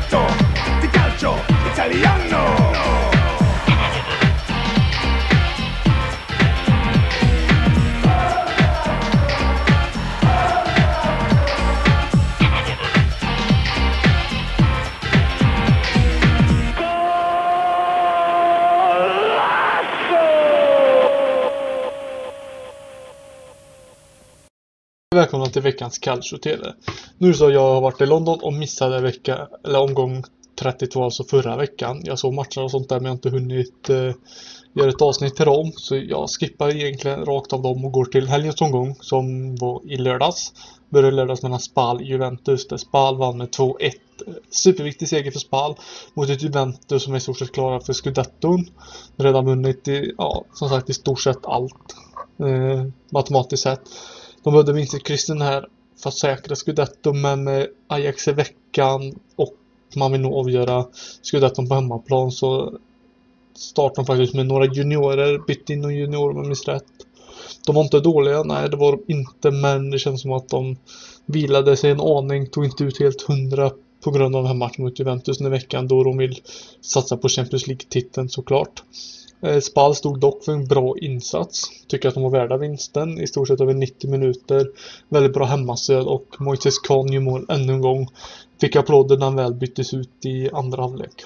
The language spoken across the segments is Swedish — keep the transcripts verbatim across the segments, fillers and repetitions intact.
Appassionato di calcio italiano. Välkomna till veckans Calcio-T V. Nu så jag har varit i London och missade vecka, eller omgång trettiotvå, alltså förra veckan. Jag såg matcher och sånt där men jag har inte hunnit eh, göra ett avsnitt till dem. Så jag skippar egentligen rakt av dem och går till helgens omgång som var i lördags. Började lördags mellan Spal och Juventus där Spal vann med två ett. Superviktig seger för Spal mot ett Juventus som är i stort sett klara för Scudetton. Redan vunnit i, ja, som sagt i stort sett allt eh, matematiskt sett. De behövde minst ett kryssen här för att säkra Scudetto, men med Ajax i veckan och man vill nog avgöra Scudetto på hemmaplan så startar de faktiskt med några juniorer, bytte in några juniorer med minst rätt. De var inte dåliga, nej det var de inte, men det känns som att de vilade sig en aning, tog inte ut helt hundra på grund av den här matchen mot Juventus den veckan då de vill satsa på Champions League-titeln såklart. Spal stod dock för en bra insats. Tycker att de var värda vinsten. I stort sett över nittio minuter. Väldigt bra hemmastöd och Moises Kahn gör mål ännu en gång. Fick applåder när han väl byttes ut i andra halvlek.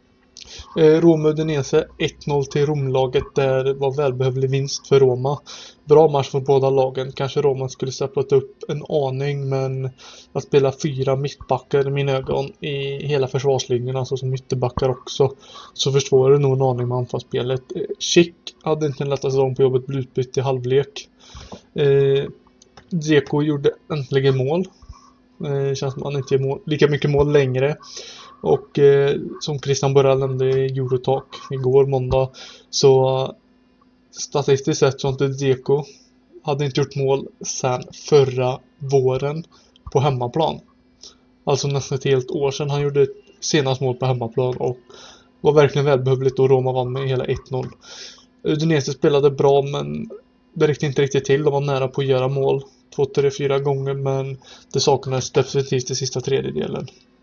Eh, Roma Udinese ett noll till Romlaget. Där var välbehövlig vinst för Roma. Bra match för båda lagen. Kanske Roma skulle steppat upp en aning, men att spela fyra mittbackar i mina ögon i hela försvarslinjen, alltså som ytterbackar också, så försvårar det nog en aning med anfallsspelet. Eh, Schick hade inte en lättast dag på jobbet, blev utbytt i halvlek. Eh, Dzeko gjorde äntligen mål. Eh, känns som att han inte gör mål, lika mycket mål längre. Och eh, som Christian Borrell nämnde i Eurotalk igår måndag, så statistiskt sett så har inte Dzeko hade inte gjort mål sedan förra våren på hemmaplan. Alltså nästan ett helt år sedan han gjorde senast mål på hemmaplan och var verkligen välbehövligt och Roma vann med hela ett noll. Udinese spelade bra men det räckte inte riktigt till. De var nära på att göra mål två, tre, fyra gånger, men det saknades definitivt i sista tredjedelen.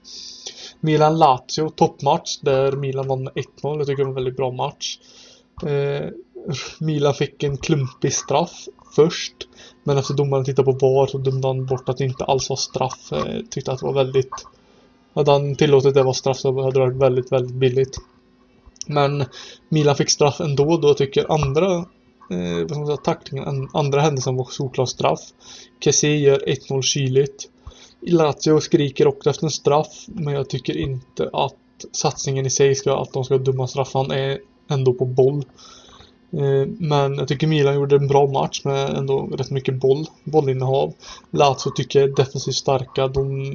Milan-Lazio, toppmatch där Milan vann med ett noll. Jag tycker det var en väldigt bra match. Eh, Milan fick en klumpig straff först, men efter domaren tittade på V A R så dömde han bort att det inte alls var straff. Eh, tyckte att det var väldigt, hade han tillåtit det var straff så hade det varit väldigt, väldigt billigt. Men Milan fick straff ändå, då jag tycker andra eh, vad ska man säga, tacklingen, andra händelsen var solklar straff. Kessie gör ett noll kyligt. Lazio skriker också efter en straff, men jag tycker inte att satsningen i sig ska, att de ska döma straff. Han är ändå på boll. Eh, men jag tycker Milan gjorde en bra match med ändå rätt mycket boll, bollinnehav. Lazio tycker jag är defensivt starka. De,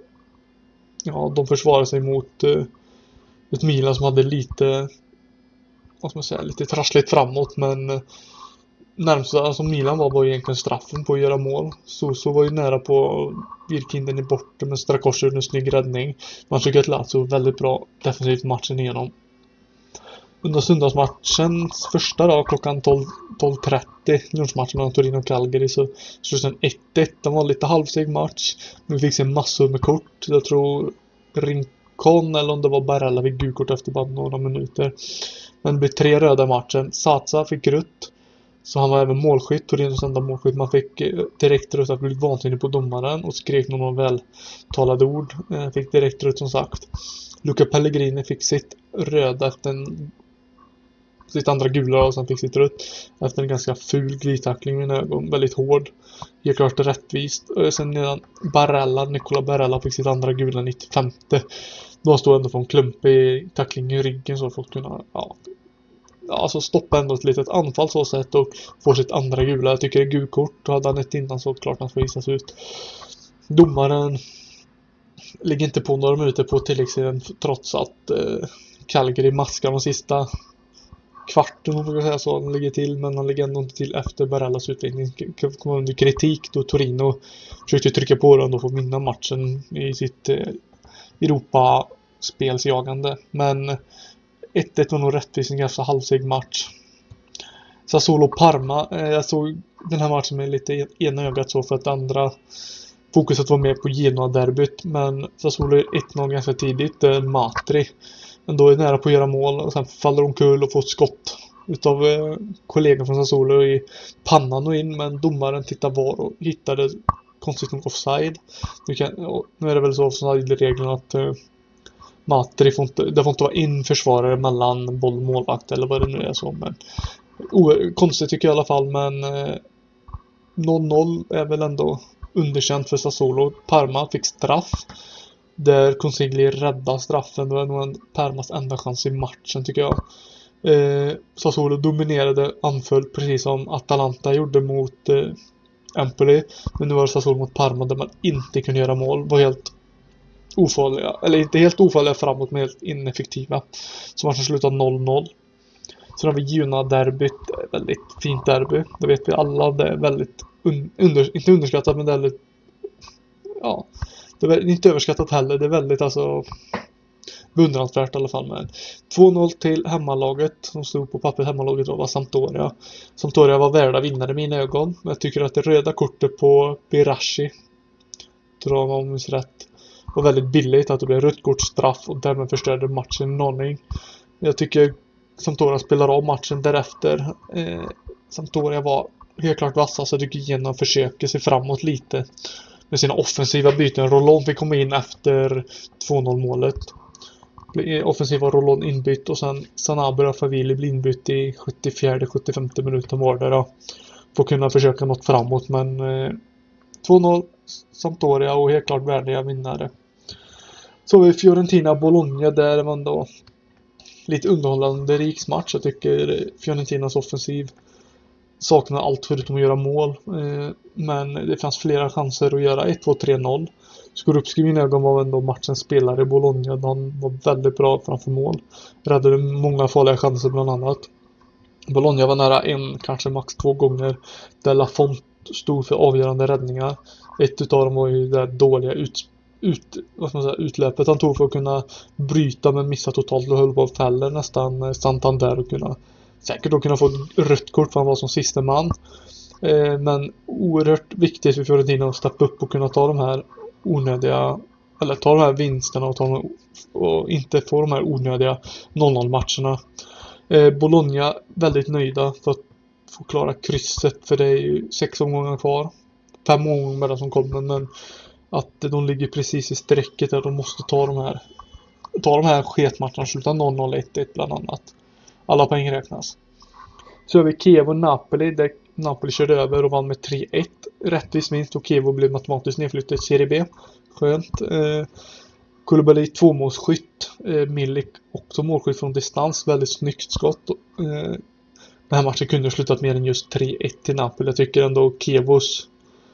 ja, de försvarar sig mot eh, ett Milan som hade lite, vad ska man säga, lite trassligt framåt, men eh, närmast alltså Milan var, var egentligen straffen på att göra mål. Så så var ju nära på Virkinden i borta, men Strakosha gjorde en snygg räddning. Man tycker att Lazio var väldigt bra defensivt matchen igenom. Under söndagsmatchens första dag klockan tolv trettio, lunchmatchen mellan Torino och Cagliari, så slutade den ett ett. Det var en lite halvseg match. Vi fick se massor med kort. Jag tror Rincon eller om det var Barella fick gulkort efter bara några minuter. Men det blev tre röda matchen. Satsa fick rött. Så han var även målskytt, Torinos enda målskytt. Man fick direkt rött att bli vansinnig på domaren och skrek några vältalade ord. Fick direkt rött som sagt. Luca Pellegrini fick sitt röda efter en, sitt andra gula och sen fick sitt rött efter en ganska ful glidtackling med ögon. Väldigt hård. Helt klart rättvist. Och sen nedan Barella, Nicola Barella fick sitt andra gula nittiofem. Då stod ändå för en klumpig tackling i ryggen så folk kunna, ja, alltså stoppa ändå ett litet anfall så sätt och få sitt andra gula. Jag tycker det är gulkort. Hade han ett innan så klart han får visas ut. Domaren ligger inte på några minuter på tilläggstiden trots att eh, Cagliari maskar de sista kvarten om man kan säga så. Han ligger till, men han ligger ändå inte till efter Barellas utveckling. Kommer under kritik då Torino försökte trycka på den och få vinna matchen i sitt eh, Europa-spelsjagande. Men ett ett var nog rättvis, en ganska halvseg match. Sassuolo Parma, eh, jag såg den här matchen med lite ena ögat så för att andra fokuset var mer på Genoa-derbyt, men Sassuolo är ett noll ganska tidigt. Där Matri ändå är nära på att göra mål och sen faller de kul och får ett skott utav eh, kollegan från Sassuolo i pannan och in, men domaren tittar var och hittade konstigt nog offside. Nu, kan, nu är det väl så offside-regeln att eh, Matri får inte, det får inte vara in försvarare mellan boll och målvakt eller vad det nu är så, men o, konstigt tycker jag i alla fall, men eh, noll noll är väl ändå underkänt för Sassuolo. Parma fick straff där Consigli räddade straffen. Det var nog en Parmas enda chans i matchen tycker jag. Eh, Sassuolo dominerade, anföll precis som Atalanta gjorde mot eh, Empoli. Men nu var det Sassuolo mot Parma där man inte kunde göra mål. Var helt ofarliga, eller inte helt ofarliga framåt, men helt ineffektiva. Så matchen slutade noll noll. Sen har vi Genoa-derbyt, väldigt fint derby. Det vet vi alla, det är väldigt un- under, inte underskattat, men det är väldigt, ja, det är inte överskattat heller. Det är väldigt alltså beundransvärt i alla fall. Men två noll till hemmalaget som stod på pappret. Hemmalaget då var Sampdoria. Sampdoria var värda vinnare i mina ögon, men jag tycker att det röda kortet på Birashi, tror jag om jag rätt, var väldigt billigt, att det blev rött kort, straff och därmed förstörde matchen en aning. Jag tycker Sampdoria spelar av matchen därefter. Eh, Sampdoria var helt klart vassa, så jag tycker Genoa försöker sig framåt lite med sina offensiva byten. Rollon fick komma in efter två noll målet. Offensiva Rollon inbytt och sen Sanabria och Favili blir inbytt i sjuttiofjärde sjuttiofemte minuten var det då. För att kunna försöka något framåt, men eh, två noll Sampdoria och helt klart värdiga vinnare. Så har vi Fiorentina-Bologna, där man då lite underhållande riksmatch. Jag tycker Fiorentinas offensiv saknar allt förutom att göra mål. Eh, men det fanns flera chanser att göra ett två tre noll. Skorupski i mina ögon var ändå matchens spelare i Bologna. Han var väldigt bra framför mål. Räddade många farliga chanser bland annat. Bologna var nära en, kanske max två gånger. Där Lafont stod för avgörande räddningar. Ett utav dem var ju det dåliga ut, ut, vad ska man säga, utlöpet han tog för att kunna bryta men missa totalt och höll på att fälla nästan Santander och kunna säkert då kunna få ett rött kort för han var som sista man. Eh, men oerhört viktigt för Fiorentina att steppa upp och kunna ta de här onödiga, eller ta de här vinsterna och, ta de, och inte få de här onödiga noll noll matcherna. Eh, Bologna väldigt nöjda för att få klara krysset, för det är ju sex omgångar kvar. Fem omgångar med det som kommer, men att de ligger precis i strecket där de måste ta de här ta de här sketmatcherna, sluta noll noll ett ett bland annat. Alla poäng räknas. Så har vi Chievo Napoli, där Napoli körde över och vann med tre ett. Rättvis minst, och Chievo blev matematiskt nedflyttat i Serie B. Skönt. Eh, Koulibaly tvåmålsskytt. Eh, Milik också målskytt från distans. Väldigt snyggt skott. Eh, den här matchen kunde ha slutat mer än just tre ett till Napoli. Jag tycker ändå Chievos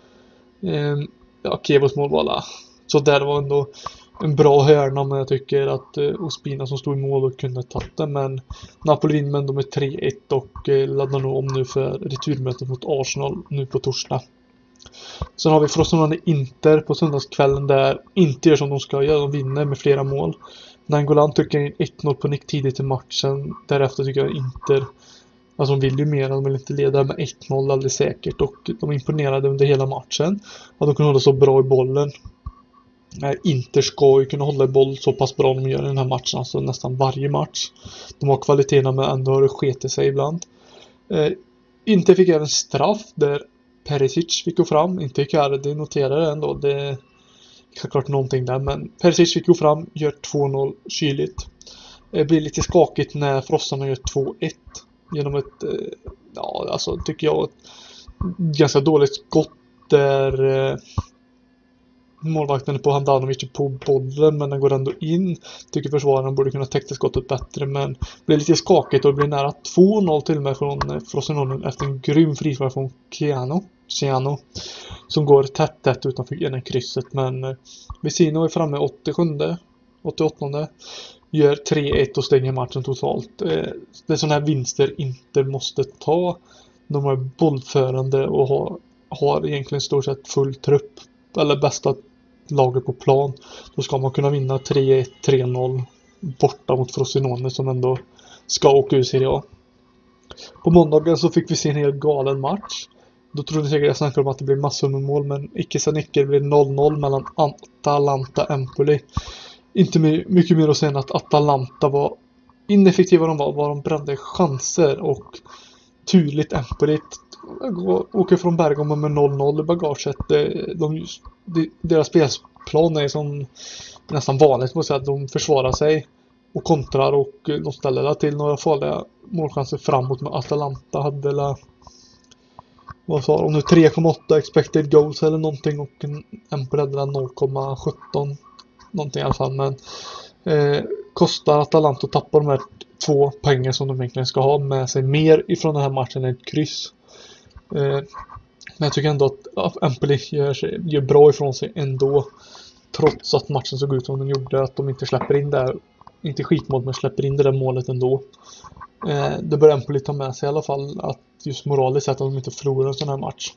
eh, ja, Chievos mål var så där var ändå en bra hörna, men jag tycker att eh, Ospina som stod i mål och kunde tagit den, men Napoli vinner ändå med tre ett och eh, laddar nog om nu för returmötet mot Arsenal nu på torsdag. Sen har vi Frosinone Inter på söndagskvällen, där inte gör som de ska göra, de vinner med flera mål. Nangolan tycker ett noll på nick tidigt i matchen, därefter tycker jag Inter, alltså de vill ju mer, de vill inte leda med ett noll alldeles säkert, och de imponerade under hela matchen att de kunde hålla så bra i bollen. Inter ska ju kunna hålla i boll så pass bra de gör i den här matchen, alltså nästan varje match. De har kvaliteterna, men ändå har det sketit sig ibland. Eh, Inter fick även straff där Perisic fick gå fram. Inte Icardi noterade det ändå. Det är klart någonting där, men Perisic fick gå fram, gör två noll kyligt. Det blir lite skakigt när Frossarna gör två ett genom ett, eh, ja alltså tycker jag, ett ganska dåligt skott där eh, målvakten på Handanovic på bollen, men den går ändå in. Tycker försvararen borde kunna täcka skottet bättre, men det blir lite skakigt och det blir nära två noll till och med från Frosinone efter en grym frispark från Ciano, Ciano som går tätt tätt utanför ena krysset, men Vicino är framme åttiosju, åttioåtta, gör tre ett och stänger matchen totalt. Det är sådana här vinster inte måste ta. De är bollförande och har, har egentligen stort sett full trupp, eller bästa laget på plan. Då ska man kunna vinna tre ett, tre noll borta mot Frosinone som ändå ska åka ur Serie A. På måndagen så fick vi se en helt galen match. Då trodde jag säkert jag snackade om att det blir massor med mål, men icke sa icke, det blir noll noll mellan Atalanta och Empoli. Inte mycket mer att säga än att Atalanta var ineffektiva de var, var de brände chanser, och tydligt Empoli åker från Bergamo med noll noll i bagaget. De, de, deras spelplan är som nästan vanligt, måste säga, att de försvarar sig och kontrar, och de ställer till några farliga målchanser framåt. Med Atalanta hade la, vad sa de nu, tre komma åtta expected goals eller någonting, och Empoli hade noll komma sjutton någonting i alla fall. Men eh, kostar Atalanta att tappa de här två poängen som de egentligen ska ha med sig mer ifrån den här matchen än ett kryss. Eh, men jag tycker ändå att Empoli gör, sig, gör bra ifrån sig ändå, trots att matchen såg ut som den gjorde, att de inte släpper in där, inte skitmål, men släpper in det där målet ändå. Eh, det bör Empoli ta med sig i alla fall, att just moraliskt sett att de inte förlorar en sån här match.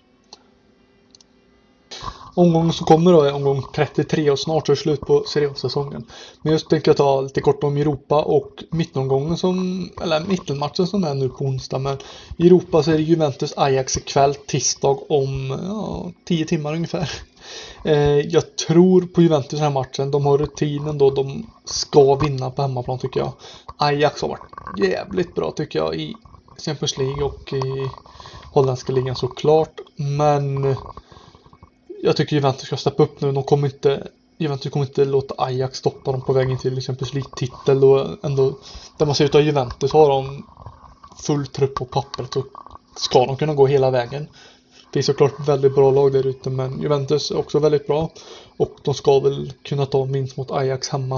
Omgången som kommer då är omgång trettiotre, och snart är det slut på seriesäsongen. Men just tänker jag ta lite kort om Europa och mittenomgången som, eller mittenmatchen som är nu på onsdag. Men i Europa så är det Juventus Ajax ikväll, tisdag om ja, tio timmar ungefär. Eh, jag tror på Juventus den här matchen. De har rutinen då, de ska vinna på hemmaplan tycker jag. Ajax har varit jävligt bra tycker jag i Champions League och i holländska ligan såklart. Men jag tycker Juventus ska steppa upp nu. De kommer inte, Juventus kommer inte låta Ajax stoppa dem på vägen till Champions League-titel. Och ändå, där man ser ut av Juventus har de full trupp på pappret och ska de kunna gå hela vägen. Det är såklart väldigt bra lag där ute, men Juventus är också väldigt bra. Och de ska väl kunna ta minst mot Ajax hemma.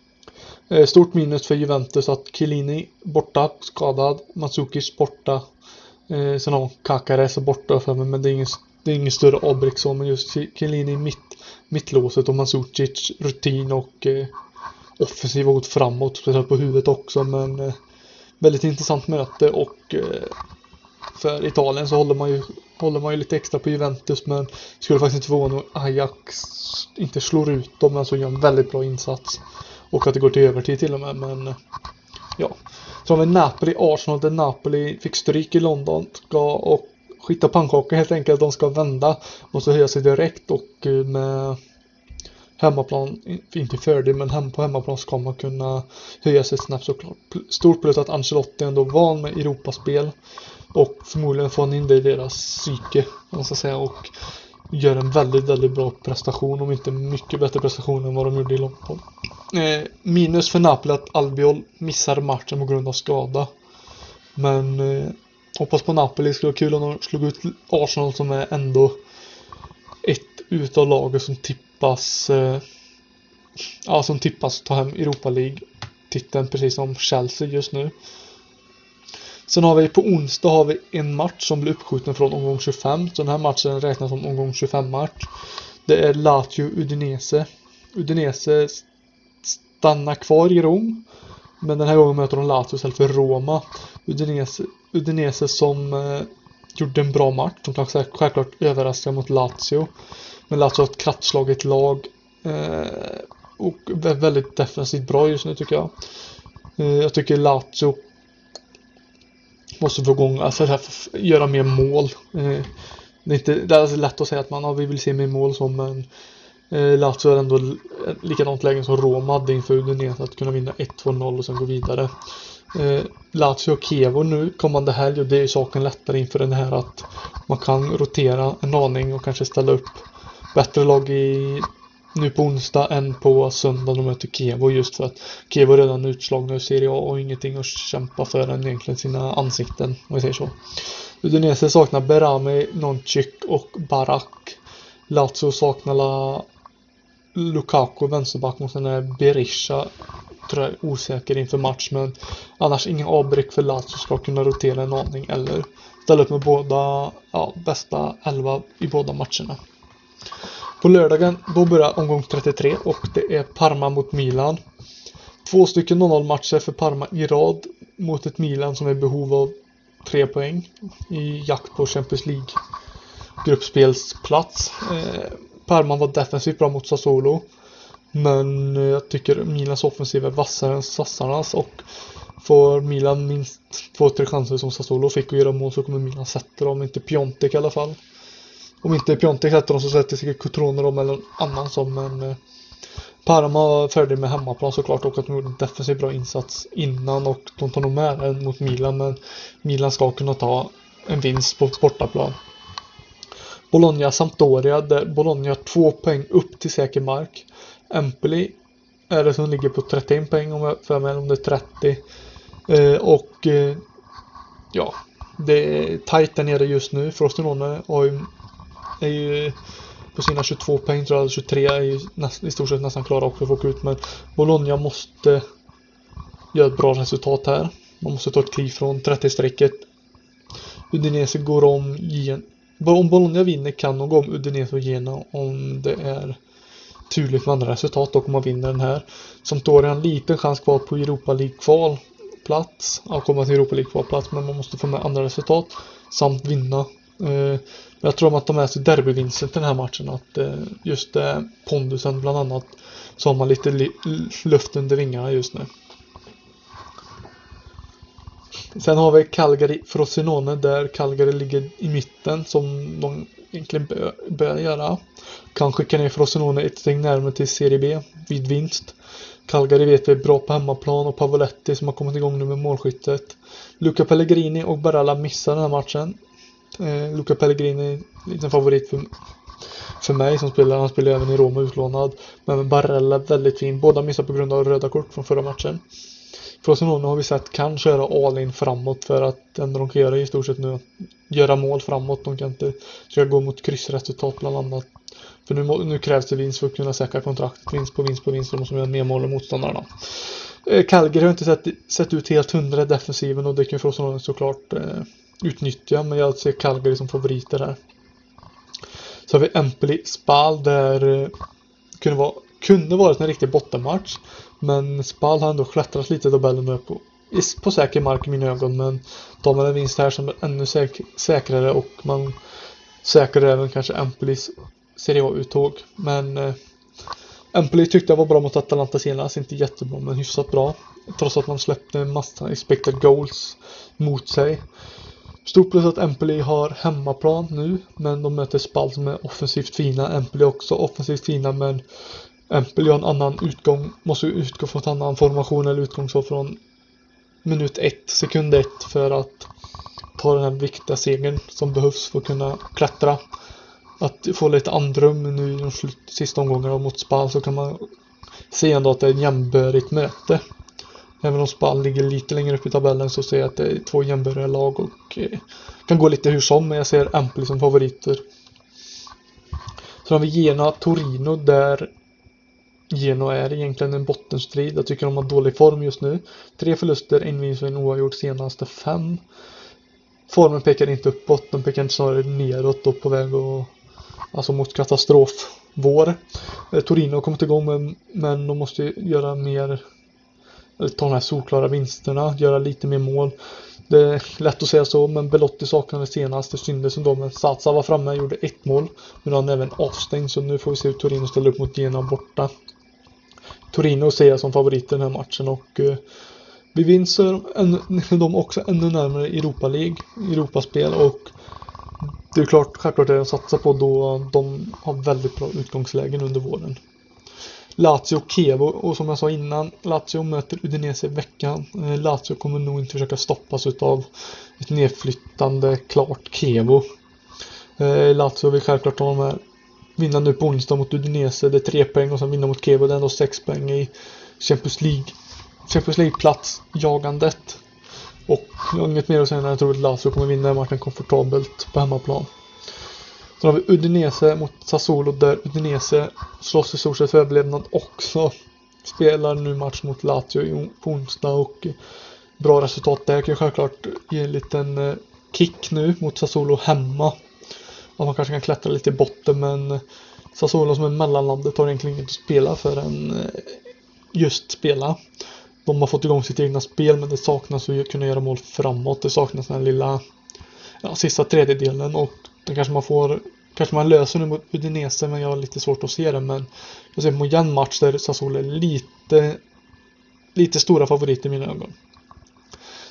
Stort minus för Juventus att Chiellini borta, skadad. Mandzukic borta. Sen har Kakares borta för mig, men det är ingen Det är ingen större avbräck så, men just Chiellini mitt, mittlåset och Mandzukic rutin och eh, offensiv och gått framåt, speciellt på huvudet också, men eh, väldigt intressant möte. Och eh, för Italien så håller man ju håller man ju lite extra på Juventus, men skulle faktiskt inte förvåna om Ajax inte slår ut dem, men så gör en väldigt bra insats och att det går till övertid till och med. Men eh, ja, så har vi Napoli Arsenal, där Napoli fick stryk i London ska och skita pannkaka helt enkelt. De ska vända och så höja sig direkt, och med hemmaplan, inte färdig, men hem på hemmaplan ska man kunna höja sig snabbt såklart. Stort plus att Ancelotti ändå van med Europaspel och förmodligen får han in det i deras psyke, man ska säga, och gör en väldigt, väldigt bra prestation, om inte mycket bättre prestation än vad de gjorde i London. Eh, minus för Napoli att Albiol missar matchen på grund av skada, men eh, hoppas på Napoli. Det skulle vara kul om de slog ut Arsenal, som är ändå ett utav laget som tippas eh, ja, som tippas ta hem Europa League-titeln, precis som Chelsea just nu. Sen har vi på onsdag har vi en match som blir uppskjuten från omgång tjugofem. Så den här matchen räknas som omgång tjugofem-match. Det är Lazio Udinese. Udinese stannar kvar i Rom, men den här gången möter de Lazio istället för Roma. Udinese, Udinese som eh, gjorde en bra match. De kan självklart överraska mot Lazio. Men Lazio har ett kraftslaget lag. Eh, och väldigt defensivt bra just nu tycker jag. Eh, jag tycker Lazio måste få igång, alltså här, göra mer mål. Eh, det är inte det är lätt att säga att man ja, vi vill se mer mål som, men eh, Lazio är ändå likadant läge som Roma hade inför Udinese, att kunna vinna ett två noll och sen gå vidare. Eh, Lazio och Chievo nu kommande helg, och det är ju saken lättare inför den här att man kan rotera en aning och kanske ställa upp bättre lag i nu på onsdag än på söndag de möter Chievo, just för att Chievo är redan utslagna i Serie A och ingenting att kämpa för än egentligen sina ansikten, om vi säger så. Udinese saknar Berame, Noncik och Barak. Lazio saknar la Lukaku, vänsterback, och sen är Berisha tror jag osäker inför match, men annars ingen avbräck för Lazio ska kunna rotera en aning eller ställa upp med båda ja, bästa elva i båda matcherna. På lördagen då börjar omgång trettiotre och det är Parma mot Milan. Två stycken noll noll matcher för Parma i rad mot ett Milan som är i behov av tre poäng i jakt på Champions League gruppspelsplats. Eh, Parma var defensivt bra mot Sassuolo, men jag tycker Milans offensiv är vassare än sassarnas, och får Milan minst två, tre chanser som Sassuolo fick att göra mål, så kommer Milan sätta dem, inte Piontek i alla fall. Om inte Piontek sätter dem så sätter sig Cotrone dem eller någon annan som, men eh, Parma var färdig med hemmaplan såklart, och att de gjorde en defensiv bra insats innan, och de tar nog med den mot Milan, men Milan ska kunna ta en vinst på bortaplan. Bologna Sampdoria, där Bologna har två poäng upp till säker mark. Empoli är det som ligger på trettioen poäng om jag för mig, om det är trettio. Eh, och eh, ja, det är tajt där nere just nu. Frosinone är ju på sina tjugotvå poäng, tror jag, tjugotre är ju näst, i stort sett nästan klara också för att få ut, men Bologna måste göra ett bra resultat här. Man måste ta ett kliv från trettio-strecket. Udinese går om igen. Om Bologna vinner kan de gå om Udinese och Genoa om det är turligt med andra resultat, och om man vinner den här. Sampdoria har en liten chans kvar på Europa League kvalplats. Ja, komma till Europa League kvalplats, men man måste få med andra resultat samt vinna. Eh, jag tror att de är så derbyvinsten till den här matchen, att eh, just eh, pondusen bland annat, så har man lite li- luft under vingarna just nu. Sen har vi Cagliari Frosinone, där Cagliari ligger i mitten som de egentligen bör, bör göra. Kan skicka ner Frosinone ett steg närmare till Serie B vid vinst. Cagliari vet vi är bra på hemmaplan, och Pavoletti som har kommit igång nu med målskyttet. Luca Pellegrini och Baralla missar den här matchen. Eh, Luca Pellegrini är en liten favorit för, för mig som spelar. Han spelar även i Roma utlånad. Men Baralla är väldigt fin. Båda missar på grund av röda kort från förra matchen. Frosinone har vi sett kan köra all in framåt, för att ändå de kan göra i stort sett nu, göra mål framåt. De kan inte ska gå mot kryssresultat bland annat. För nu, nu krävs det vinst för att kunna säkra kontraktet. Vinst på vinst på vinst, så måste man göra mer mål än motståndarna. Eh, Cagliari har inte sett, sett ut helt hundra i defensiven, och det kan Frosinone såklart eh, utnyttja. Men jag ser Cagliari som favoriter här. Så har vi Empoli Spal, där eh, kunde vara kunde varit en riktig bottenmatch, men Spal har ändå klättrat lite i tabellen nu på, på säker mark i mina ögon, men tar man en vinst här som är ännu säk, säkrare, och man säkrar även kanske Empolis Serie A-uttåg. Men eh, Empoli tyckte jag var bra mot Atalanta senast, inte jättebra men hyfsat bra, trots att man släppte en massa expected goals mot sig. Stort plus att Empoli har hemmaplan nu, men de möter Spal som är offensivt fina. Empoli också offensivt fina, men Empoli har en annan utgång, måste utgå från en annan formation eller utgång så från minut ett, sekund ett, för att ta den här viktiga segern som behövs för att kunna klättra. Att få lite andrum nu i de sista omgångarna mot Spal, så kan man se ändå att det är en jämnbördigt möte. Även om Spal ligger lite längre upp i tabellen, så ser jag att det är två jämnbördiga lag och eh, kan gå lite hur som, men jag ser Empoli som favoriter. Så har vi Genoa Torino, där Genoa är egentligen en bottenstrid. Jag tycker de har dålig form just nu. Tre förluster, en vinst och en oavgjord senaste fem. Formen pekar inte uppåt, de pekar snarare neråt och på väg och, alltså mot katastrofvår. Eh, Torino har kommit igång med, men de måste göra mer, eller ta de här solklara vinsterna, göra lite mer mål. Det är lätt att säga så, men Belotti saknade senast. Det syndes ändå, men Satsa var framme och gjorde ett mål. Men han är även avstängd, så nu får vi se hur Torino ställer upp mot Genoa borta. Torino ser jag som favorit i den här matchen, och eh, vi vinner de också ännu närmare Europa League, Europaspel, och det är klart, självklart är det att satsa på, då de har väldigt bra utgångslägen under våren. Lazio och Chievo, och som jag sa innan, Lazio möter Udinese i veckan. eh, Lazio kommer nog inte försöka stoppas av ett nedflyttande klart Chievo. eh, Lazio vill självklart ta de här, vinna nu på onsdag mot Udinese, det är tre poäng, och sen vinna mot Chievo, det är ändå sex poäng i Champions League Champions League-plats jagandet. Och jag har inget mer att säga när jag tror att Lazio kommer vinna matchen komfortabelt på hemmaplan. Så har vi Udinese mot Sassuolo, där Udinese slåss i stort sett för överlevnad också. Spelar nu match mot Lazio på onsdag, och bra resultat där kan självklart ge en liten kick nu mot Sassuolo hemma. Och man kanske kan klättra lite i botten, men Sassuolo som är mellanlandet har egentligen inget att spela för en just spela. De har fått igång sitt egna spel, men det saknas att kunna göra mål framåt. Det saknas den lilla ja, sista tredjedelen, och det kanske man får, kanske man löser nu mot Udinese, men jag har lite svårt att se det. Men jag ser på en match där Sassuolo är lite lite stora favoriter i mina ögon.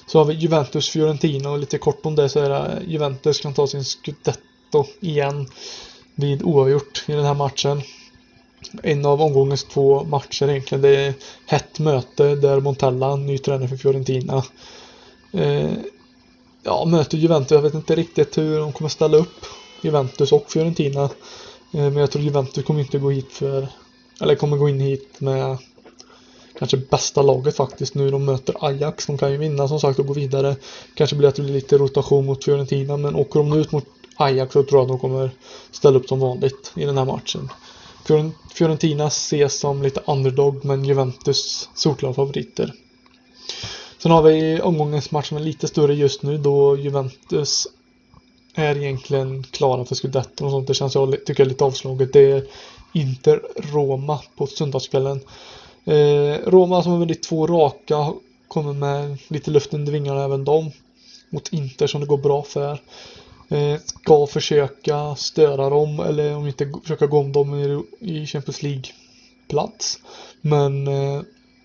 Så har vi Juventus Fiorentina, och lite kort om det så är det Juventus kan ta sin Scudetto igen vid oavgjort i den här matchen. En av omgångens två matcher egentligen. Det är hett möte där Montella, ny tränare för Fiorentina, eh, ja, möter Juventus. Jag vet inte riktigt hur de kommer ställa upp, Juventus och Fiorentina. Men jag tror Juventus kommer inte gå hit för, eller kommer gå in hit med kanske bästa laget faktiskt. Nu de möter Ajax, de kan ju vinna som sagt och gå vidare. Kanske blir det att det blir lite rotation mot Fiorentina, men åker de ut mot Ajax så tror jag de kommer ställa upp som vanligt i den här matchen. Fiorentina ses som lite underdog, men Juventus solklara favoriter. Sen har vi omgångens match som är lite större just nu, då Juventus är egentligen klara för Scudetto och sånt. Det känns, jag tycker jag, lite avslaget. Det är Inter Roma på söndagskvällen. Eh, Roma som har vunnit två raka kommer med lite luft under vingarna även de. Mot Inter som det går bra för. Eh, ska försöka störa dem, eller om inte försöka gå om dem i, i Champions League-plats. Men eh,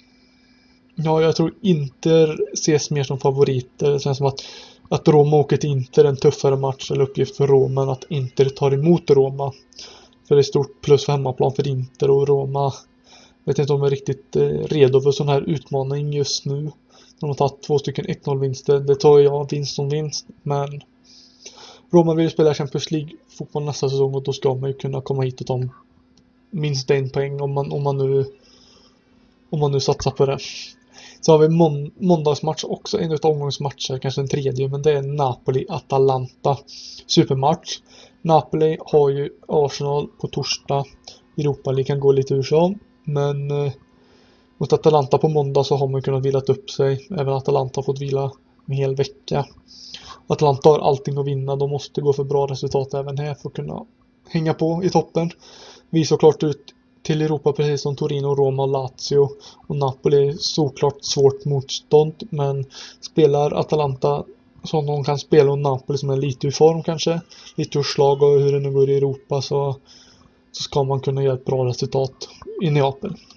ja, jag tror Inter ses mer som favoriter. Det känns som att Att Roma åker till Inter är en tuffare match eller uppgift för Roma än att Inter tar emot Roma. För det är stort plus för hemmaplan för Inter, och Roma vet inte om de är riktigt eh, redo för sån här utmaning just nu. De har tagit två stycken ett noll-vinster. Det tar jag vinst som vinst, men Roma vill spela Champions League-fotboll nästa säsong, och då ska man ju kunna komma hit och ta minst en poäng om man, om man, nu, om man nu satsar på det. Så har vi mån- måndagsmatch också, en av omgångsmatcher, kanske en tredje, men det är Napoli-Atalanta supermatch. Napoli har ju Arsenal på torsdag. Europa League kan gå lite ur så, men eh, mot Atalanta på måndag så har man kunnat vilat upp sig. Även Atalanta har fått vila en hel vecka. Atalanta har allting att vinna, de måste gå för bra resultat även här för att kunna hänga på i toppen. Vi såklart ut till Europa precis som Torino, Roma och Lazio, och Napoli är såklart svårt motstånd, men spelar Atalanta som de kan spela, och Napoli som är lite i form kanske, lite ur slag och hur det nu går i Europa, så, så ska man kunna göra ett bra resultat i Neapel.